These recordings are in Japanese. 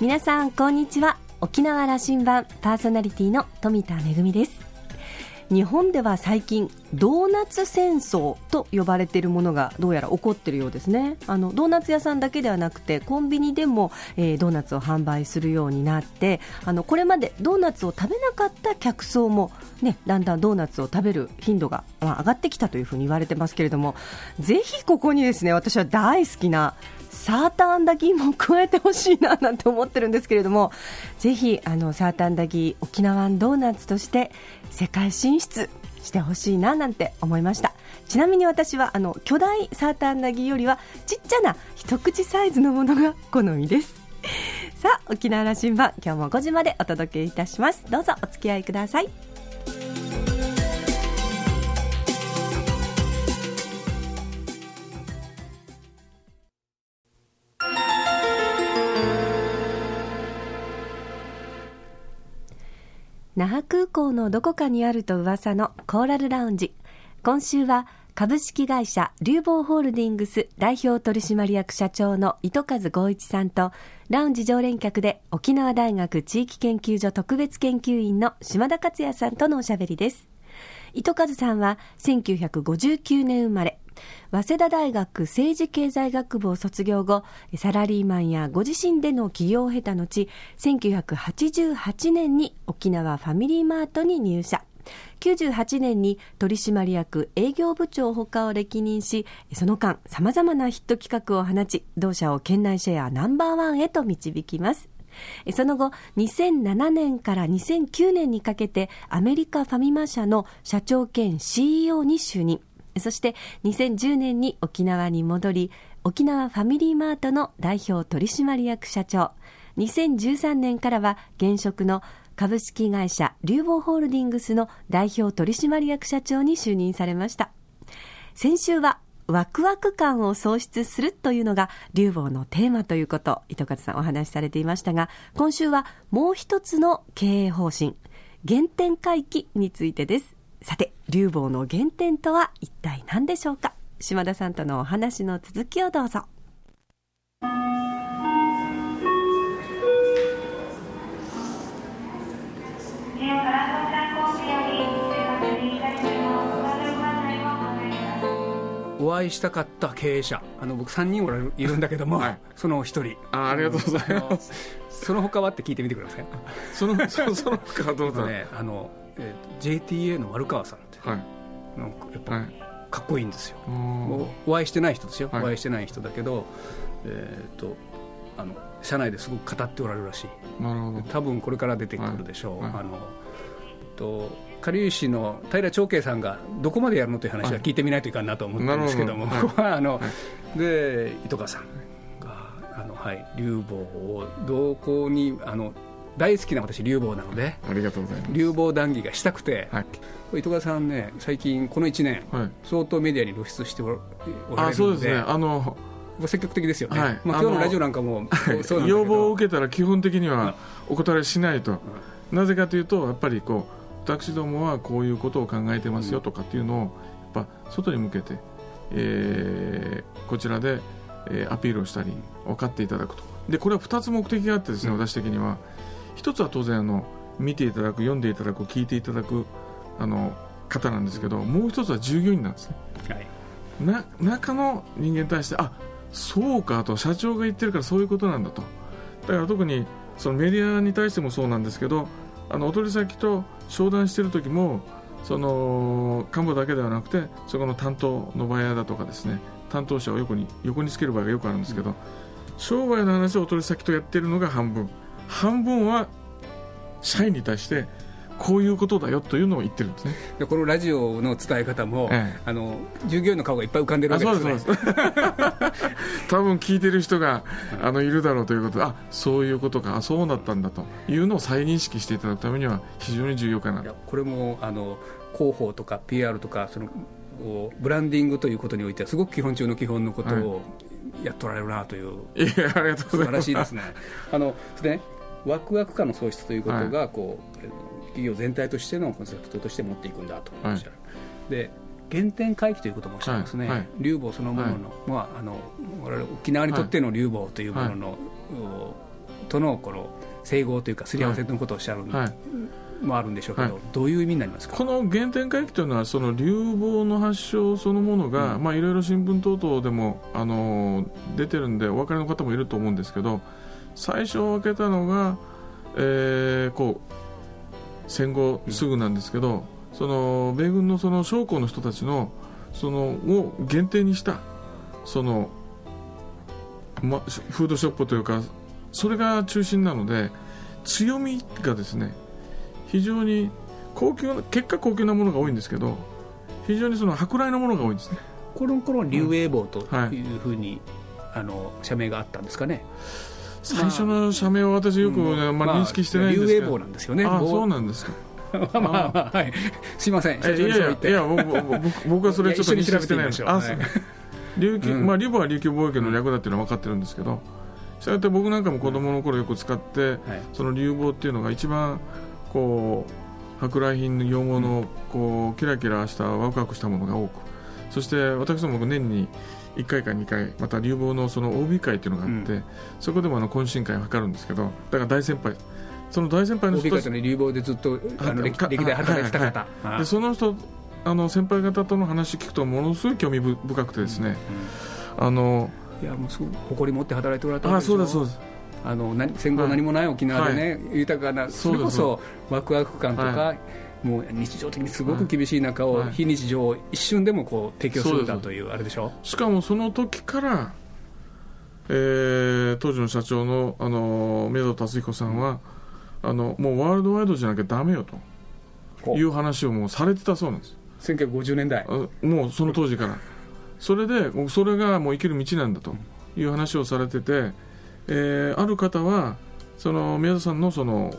皆さんこんにちは。沖縄羅針盤パーソナリティの富田恵です。日本では最近ドーナツ戦争と呼ばれているものがどうやら起こっているようですね。ドーナツ屋さんだけではなくてコンビニでも、ドーナツを販売するようになって、これまでドーナツを食べなかった客層も、だんだんドーナツを食べる頻度が、上がってきたというふうに言われてますけれども、ぜひここにですね、私は大好きなサーターアンダギーも加えてほしいななんて思ってるんですけれども、ぜひサーターアンダギー沖縄ドーナツとして世界進出してほしいななんて思いました。ちなみに私は巨大サーターアンダギーよりはちっちゃな一口サイズのものが好みです。さあ、沖縄羅針盤、今日も5時までお届けいたします。どうぞお付き合いください。那覇空港のどこかにあると噂のコーラルラウンジ。今週は株式会社リューボーホールディングス代表取締役社長の糸数剛一さんと、ラウンジ常連客で沖縄大学地域研究所特別研究員の島田克也さんとのおしゃべりです。糸数さんは1959年生まれ、早稲田大学政治経済学部を卒業後、サラリーマンやご自身での起業を経た後、1988年に沖縄ファミリーマートに入社、98年に取締役営業部長ほかを歴任し、その間様々なヒット企画を放ち、同社を県内シェアナンバーワンへと導きます。その後2007年から2009年にかけてアメリカファミマ社の社長兼 CEO に就任。そして2010年に沖縄に戻り、沖縄ファミリーマートの代表取締役社長、2013年からは現職の株式会社リューボーホールディングスの代表取締役社長に就任されました。先週はワクワク感を創出するというのがリューボーのテーマということ、糸数さんお話しされていましたが、今週はもう一つの経営方針、原点回帰についてです。さて、リューボーの原点とは一体何でしょうか。島田さんとのお話の続きをどうぞ。 お会いしたかった経営者、僕3人いるんだけども、はい、その1人。 ありがとうございます。 その他はって聞いてみてください。 その他はどうぞね。 JTA の丸川さんって、はい、なんかやっぱ、かっこいいんですよ。お会いしてない人ですよ、はい、お会いしてない人だけど、社内ですごく語っておられるらしい。 なるほど。 多分これから出てくるでしょう。 はいかりゆしの平長慶さんがどこまでやるのという話は聞いてみないといかんなと思ってるんですけども、ここはで糸川さんが竜坊をどこに大好きな私竜坊なので、 ありがとうございます。 竜坊談義がしたくて、 はい、 糸川さんね、最近この1年、はい、相当メディアに露出しておられるので、 そうですね、 積極的ですよね。 はい、 今日のラジオなんかもそうなんだけど、 要望を受けたら基本的にはお断りしないと、なぜかというと、やっぱり私どもはこういうことを考えてますよとかっていうのをやっぱ外に向けて、こちらで、アピールをしたり分かっていただくと。でこれは2つ目的があってですね、私的には一つは当然見ていただく、読んでいただく、聞いていただく方なんですけど、もう一つは従業員なんですね。はい、中の人間に対して、そうかと、社長が言ってるからそういうことなんだと。だから特にそのメディアに対してもそうなんですけど、お取り先と商談している時も、その幹部だけではなくて、そこの担当のバイヤーだとかですね、担当者を横につける場合がよくあるんですけど、商売の話をお取り先とやっているのが半分は社員に対してこういうことだよというのを言ってるんですね。 でこのラジオの伝え方も、従業員の顔がいっぱい浮かんでるわけですね。 そうです多分聞いてる人がいるだろうということで、そういうことか、そうだったんだというのを再認識していただくためには非常に重要かな。 これも広報とか PR とか、そのブランディングということにおいてはすごく基本中の基本のことをやっとられるなという、 ありがとうございます。 素晴らしいですね。でワクワク感の創出ということが、企業全体としてのコンセプトとして持っていくんだとおっしゃる。で原点回帰ということもおっしゃいますね。竜坊そのものの、我々沖縄にとっての竜坊というものの、 とのこの整合というかすり合わせのことをおっしゃる、 はいもあるんでしょうけど、 はい、 どういう意味になりますか。 この原点回帰というのはその流亡の発祥そのものが、いろいろ新聞等々でも、出てるんでお分かりの方もいると思うんですけど、最初分けたのが、戦後すぐなんですけど、その米軍のその将校の人たちのそのを限定にしたその、フードショップというかそれが中心なので、強みがですね非常に結果高級なものが多いんですけど、非常にその舶来のものが多いんですね。 この頃劉英坊というふうに、社名があったんですかね。 最初の社名は私よく、認識してないんですけど、 劉英坊なんですよね。 そうなんですか。 はい、すいません、 いや僕はそれちょっと認識してないんです。劉邦は琉球貿易の略だっていうのは分かってるんですけど、したがって僕なんかも子供の頃よく使って、その劉邦っていうのが一番こう舶来品の用語のこうキラキラしたワクワクしたものが多く、そして私ども年に1回か2回また劉邦のその OB 会っていうのがあって、そこでも懇親会を図るんですけど、だから大先輩、その大先輩の人 OB 会というのは劉邦でずっと歴代働いてた方、 でその人先輩方との話聞くとものすごい興味深くてですね、 いやもうすごい誇り持って働いておられたんでしょ。 そうです。 戦後何もない沖縄でね、豊かな、それこそワクワク感とか、もう日常的にすごく厳しい中を、非日常を一瞬でもこう提供するんだというあれでしょ。 しかもその時から、当時の社長の宮戸達彦さんはもうワールドワイドじゃなきゃダメよという話をもうされてたそうなんです。 1950年代もうその当時からそれでそれがもう生きる道なんだという話をされてて、ある方はその宮田さんのその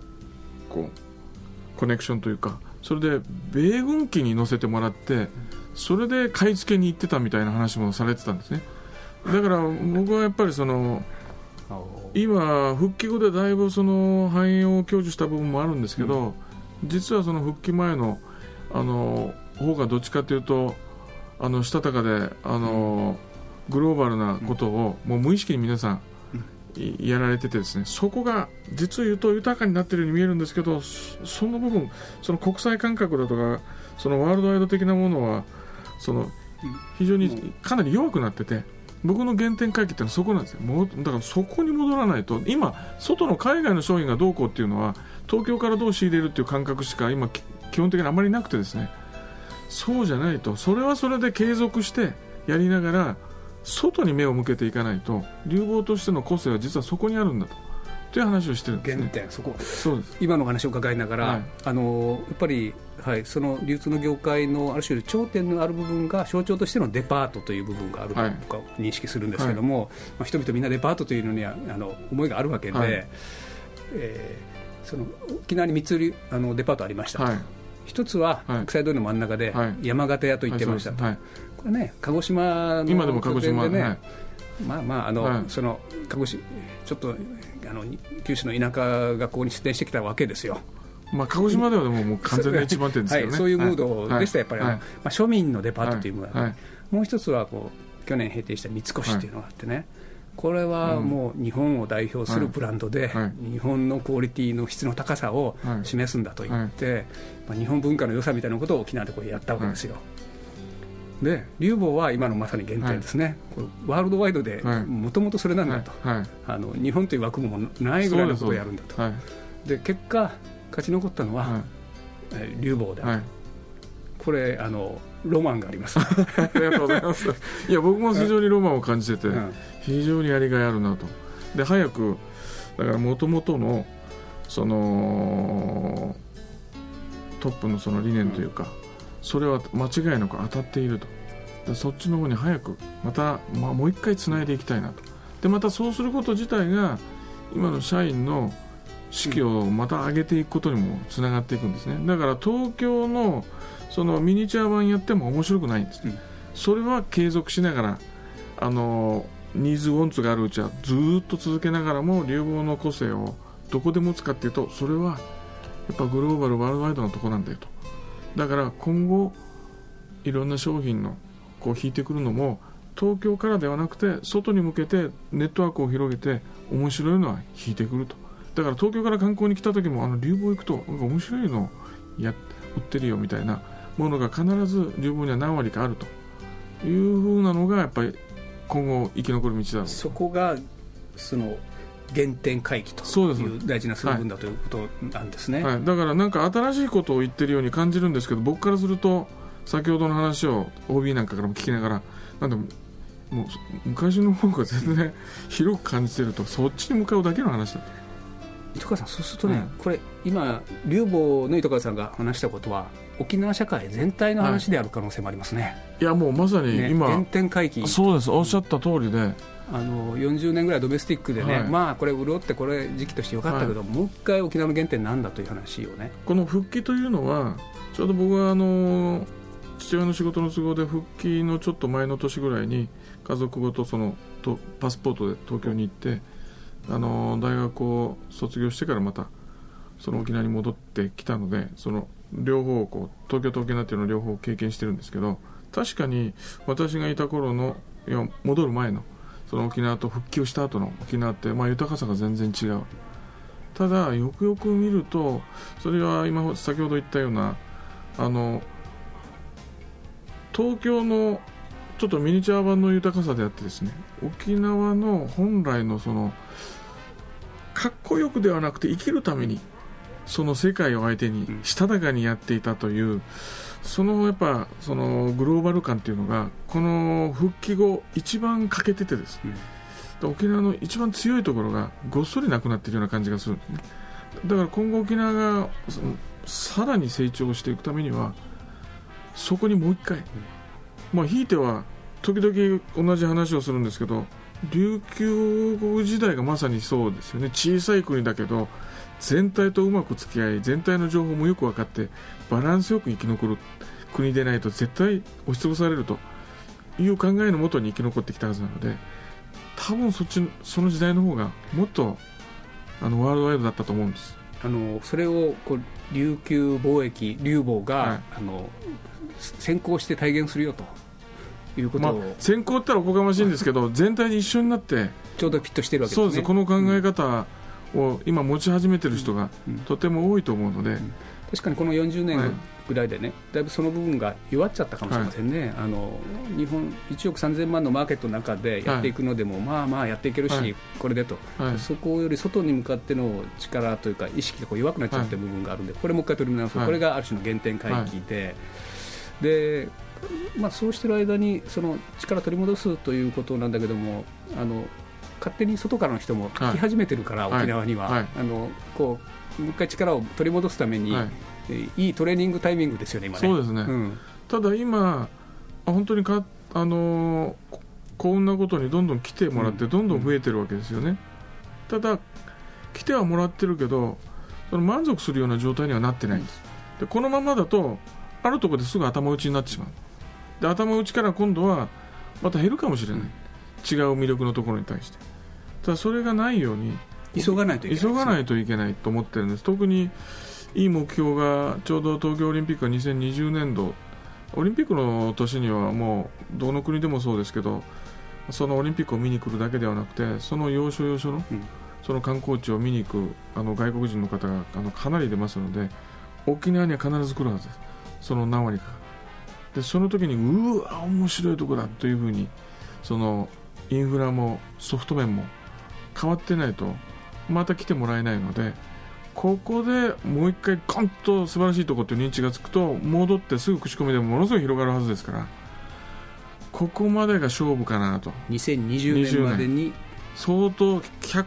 コネクションというか、それで米軍機に乗せてもらってそれで買い付けに行ってたみたいな話もされてたんですね。だから僕はやっぱりその今復帰後でだいぶその繁栄を享受した部分もあるんですけど、実はその復帰前の方がどっちかというとしたたかでグローバルなことをもう無意識に皆さんやられててですね、そこが実を言うと豊かになっているように見えるんですけど、その部分、その国際感覚だとかそのワールドワイド的なものはその非常にかなり弱くなってて、僕の原点回帰ってのはそこなんですよ。だからそこに戻らないと、今外の海外の商品がどうこうっていうのは東京からどう仕入れるっていう感覚しか今基本的にあまりなくてですね、そうじゃないとそれはそれで継続してやりながら外に目を向けていかないと、流亡としての個性は実はそこにあるんだという話をしてるんですね。 原点、そこそうです。 今の話を伺いながら、やっぱり、その流通の業界のある種頂点のある部分が象徴としてのデパートという部分があるとか認識するんですけども、人々みんなデパートというのには思いがあるわけで、その沖縄に3つデパートありましたと、一つは国際通りの真ん中で山形屋と言ってましたと、これね、鹿児島の今でも鹿児島でね、 その鹿児島ちょっと九州の田舎がここに出店してきたわけですよ。 鹿児島ではもう完全な一番店ですけどね、 そういうムードでした、やっぱり庶民のデパートというものが、もう一つは去年閉店した三越というのがあってね、これはもう日本を代表するブランドで、日本のクオリティの質の高さを示すんだと言って、日本文化の良さみたいなことを沖縄でやったわけですよ。で劉邦は今のまさに原点ですね、ワールドワイドでもともとそれなんだと、日本という枠もないぐらいのことをやるんだと、で結果勝ち残ったのは、劉邦である、これロマンがあります。 ありがとうございます。いや僕も非常にロマンを感じてて、非常にやりがいあるなと。で早くだから元々のそのトップのその理念というか、それは間違いなく当たっていると。でそっちの方に早くまた、もう一回つないでいきたいなと。でまたそうすること自体が今の社員の士気をまた上げていくことにもつながっていくんですね。だから東京のそのミニチュア版やっても面白くないんです、それは継続しながらニーズウォンツがあるうちはずっと続けながらも流亡の個性をどこで持つかっていうと、それはやっぱグローバルワールドワイドのとこなんだよと。だから今後いろんな商品の引いてくるのも東京からではなくて外に向けてネットワークを広げて面白いのは引いてくると。だから東京から観光に来た時も流房行くとなんか面白いの売ってるよみたいなものが必ず流房には何割かあるという風なのがやっぱり今後生き残る道だろう。 そこがその原点回帰という大事な部分だということなんですね。 はい、だからなんか新しいことを言ってるように感じるんですけど、僕からすると先ほどの話を OB なんかからも聞きながらなんでもう昔の方が全然広く感じてるとそっちに向かうだけの話だ。 糸川さん、そうするとね、これ今龍房の糸川さんが話したことは沖縄社会全体の話である可能性もありますね。 いやもうまさに今、 原点回帰。 そうです、おっしゃった通りで 40年ぐらいドメスティックでね、まあこれ潤ってこれ時期としてよかったけど、もう一回沖縄の原点なんだという話をね。 この復帰というのはちょうど僕は父親の仕事の都合で復帰のちょっと前の年ぐらいに家族ごとパスポートで東京に行って大学を卒業してからまたその沖縄に戻ってきたので、その両方を東京と沖縄っていうのを両方経験してるんですけど、確かに私がいた頃の戻る前のその沖縄と復帰をした後の沖縄って、豊かさが全然違う。ただよくよく見るとそれは先ほど言ったような東京のちょっとミニチュア版の豊かさであってですね、沖縄の本来のかっこよくではなくて生きるためにその世界を相手にしたたかにやっていたという、やっぱグローバル感っていうのがこの復帰後一番欠けててですね、沖縄の一番強いところがごっそりなくなっているような感じがするんですね。だから今後沖縄がさらに成長していくためにはそこにもう一回、ひいては時々同じ話をするんですけど、琉球国時代がまさにそうですよね。小さい国だけど全体とうまく付き合い、全体の情報もよく分かってバランスよく生き残る国でないと絶対押しつぶされるという考えのもとに生き残ってきたはずなので、多分その時代の方がもっとワールドワイドだったと思うんです。 それを琉球貿易龍房が、先行して体現するよということを、 先行って言ったらおこがましいんですけど全体に一緒になってちょうどフィットしてるわけですね。 そうです。この考え方を今持ち始めてる人がとても多いと思うので、 確かにこの40年ぐらいでね、だいぶその部分が弱っちゃったかもしれませんね。日本1億3000万のマーケットの中でやっていくのでも、やっていけるし、これでと、そこより外に向かっての力というか意識が弱くなっちゃってる部分があるんで、これもう一回取り直す、これがある種の原点回帰で、そうしてる間にその力を取り戻すということなんだけども、勝手に外からの人も来始めてるから、沖縄には、もう一回力を取り戻すために、いいトレーニングタイミングですよね、今ね。 そうですね、ただ今本当に幸運なことにどんどん来てもらってどんどん増えてるわけですよね。ただ来てはもらってるけど満足するような状態にはなってないんです。でこのままだとあるところですぐ頭打ちになってしまう。で頭打ちから今度はまた減るかもしれない、違う魅力のところに対して。ただそれがないように急がないといけないと思ってるんです。特にいい目標がちょうど東京オリンピックが2020年度オリンピックの年にはもうどの国でもそうですけど、そのオリンピックを見に来るだけではなくてその要所要所の、その観光地を見に行く外国人の方がかなり出ますので、沖縄には必ず来るはずです。その何割かで、その時にうわ面白いとこだというふうにそのインフラもソフト面も変わってないとまた来てもらえないので、ここでもう一回ガンと素晴らしいところという認知がつくと戻ってすぐ口コミでもものすごい広がるはずですから、ここまでが勝負かなと。 2020年までに相当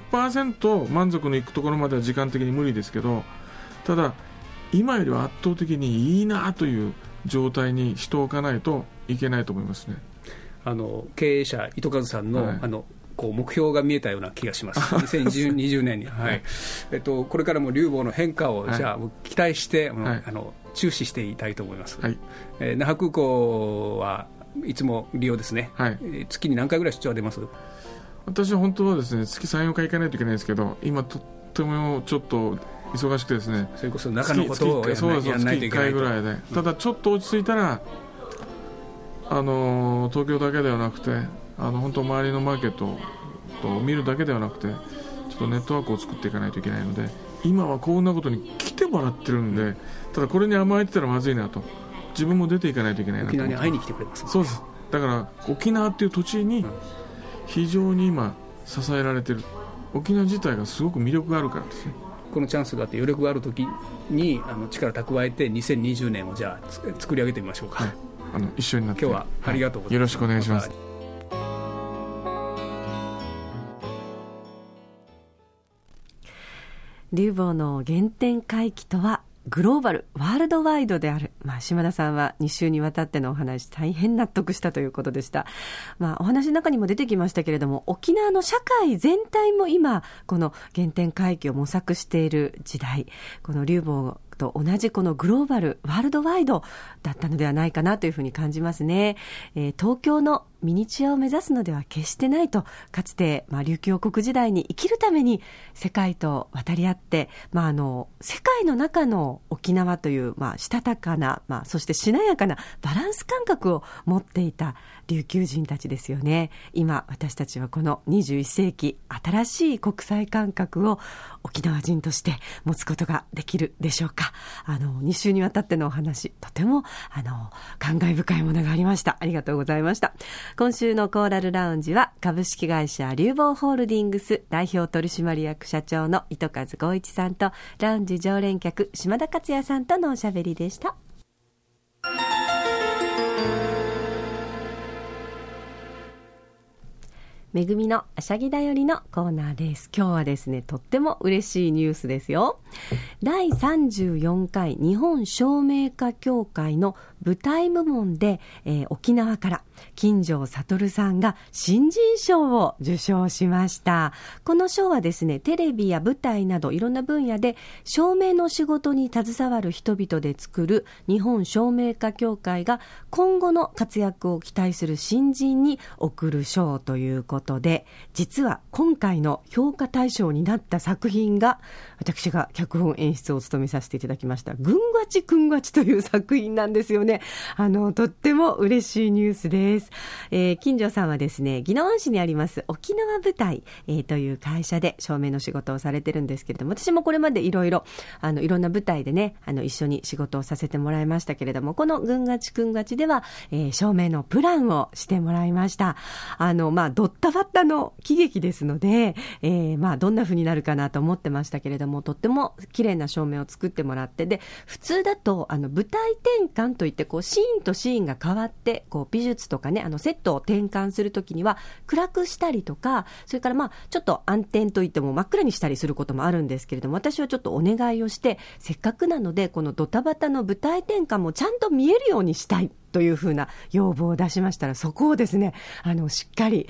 100% 満足のいくところまでは時間的に無理ですけど、ただ今よりは圧倒的にいいなという状態にしておかないといけないと思いますね。 経営者糸数さんの、目標が見えたような気がします2020年に、これからも龍房の変化を、じゃあ期待して、注視していたいと思います、那覇空港はいつも利用ですね、月に何回ぐらい出張は出ます？ 私は本当はですね月 3,4 回行かないといけないんですけど、今とってもちょっと忙しくてですね、 それこそ中のことをやらないといけないと。 月1回ぐらいで、ただちょっと落ち着いたら東京だけではなくて本当周りのマーケットを見るだけではなくてちょっとネットワークを作っていかないといけないので、今はこんなことに来てもらってるんで、ただこれに甘えてたらまずいなと、自分も出ていかないといけないなと。 沖縄に会いに来てくれます、ね、 そうです。だから沖縄っていう土地に非常に今支えられてる、沖縄自体がすごく魅力があるからですね。 このチャンスがあって余力があるときに力蓄えて2020年をじゃあ作り上げてみましょうか、 はい、一緒になって今日はありがとうございます、 よろしくお願いします。 リュウボウの原点回帰とはグローバルワールドワイドである、島田さんは2週にわたってのお話大変納得したということでした。お話の中にも出てきましたけれども、沖縄の社会全体も今この原点回帰を模索している時代、このリュウボウと同じこのグローバルワールドワイドだったのではないかなというふうに感じますね。東京のミニチュアを目指すのでは決してないと、かつて、琉球王国時代に生きるために世界と渡り合って、世界の中の沖縄という、したたかな、そしてしなやかなバランス感覚を持っていた琉球人たちですよね。今私たちはこの21世紀新しい国際感覚を沖縄人として持つことができるでしょうか。2週にわたってのお話、とても感慨深いものがありました。ありがとうございました。今週のコーラルラウンジは株式会社リュウボウホールディングス代表取締役社長の糸数剛一さんと、ラウンジ常連客島田克也さんとのおしゃべりでした。めぐみのあしゃぎだよりのコーナーです。今日はですね、とっても嬉しいニュースですよ。第34回日本照明家協会の舞台部門で、沖縄から金城悟さんが新人賞を受賞しました。この賞はですね、テレビや舞台などいろんな分野で照明の仕事に携わる人々で作る日本照明家協会が今後の活躍を期待する新人に贈る賞ということで、実は今回の評価対象になった作品が、私が脚本演出を務めさせていただきましたぐんわちくんわちという作品なんですよね。とっても嬉しいニュースです。金城さんはですね、宜野湾市にあります沖縄舞台、という会社で照明の仕事をされてるんですけれども、私もこれまでいろいろいろんな舞台でね、一緒に仕事をさせてもらいましたけれども、このぐんがちくんがちでは、照明のプランをしてもらいました。ドッタバッタの喜劇ですので、どんな風になるかなと思ってましたけれども、とっても綺麗な照明を作ってもらって、で普通だと舞台転換といって、シーンとシーンが変わって美術とかね、セットを転換するときには暗くしたりとか、それからちょっと暗転といっても真っ暗にしたりすることもあるんですけれども、私はちょっとお願いをして、せっかくなのでこのドタバタの舞台転換もちゃんと見えるようにしたいというふうな要望を出しましたら、そこをですね、しっかり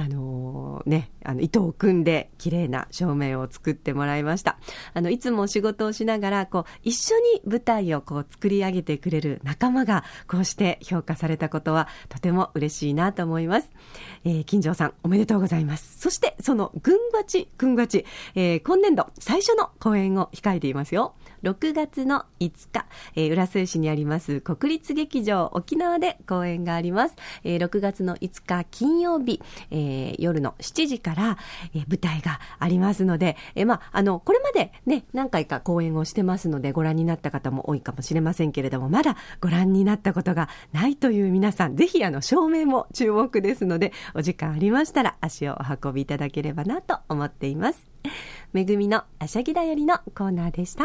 糸を組んで綺麗な照明を作ってもらいました。いつも仕事をしながら一緒に舞台を作り上げてくれる仲間がこうして評価されたことはとても嬉しいなと思います。金城さんおめでとうございます。そしてそのぐんわちくんわち、今年度最初の公演を控えていますよ。6月の5日、浦添市にあります国立劇場沖縄で公演があります。6月の5日金曜日、夜の7時から、舞台がありますので、これまでね、何回か公演をしてますのでご覧になった方も多いかもしれませんけれども、まだご覧になったことがないという皆さん、ぜひ照明も注目ですので、お時間ありましたら足をお運びいただければなと思っています。めぐみのあしゃぎだよりのコーナーでした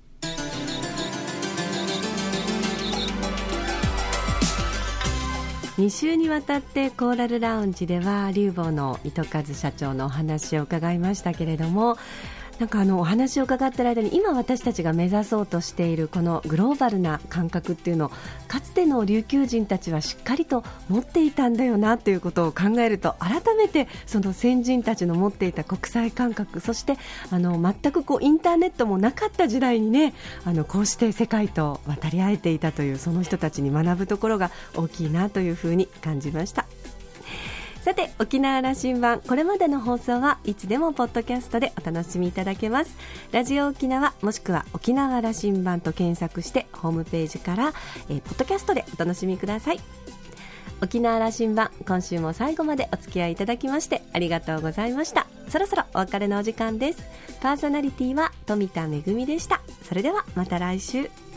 。2週にわたってコーラルラウンジではリュウボウの糸数社長のお話を伺いましたけれども、お話を伺っている間に今私たちが目指そうとしているこのグローバルな感覚っていうのを、かつての琉球人たちはしっかりと持っていたんだよなということを考えると、改めてその先人たちの持っていた国際感覚、そして全くインターネットもなかった時代にね、こうして世界と渡り合えていたという、その人たちに学ぶところが大きいなというふうに感じました。さて、沖縄羅針盤、これまでの放送はいつでもポッドキャストでお楽しみいただけます。ラジオ沖縄もしくは沖縄羅針盤と検索してホームページから、ポッドキャストでお楽しみください。 沖縄羅針盤、今週も最後までお付き合いいただきましてありがとうございました。そろそろお別れのお時間です。パーソナリティは富田恵でした。それではまた来週。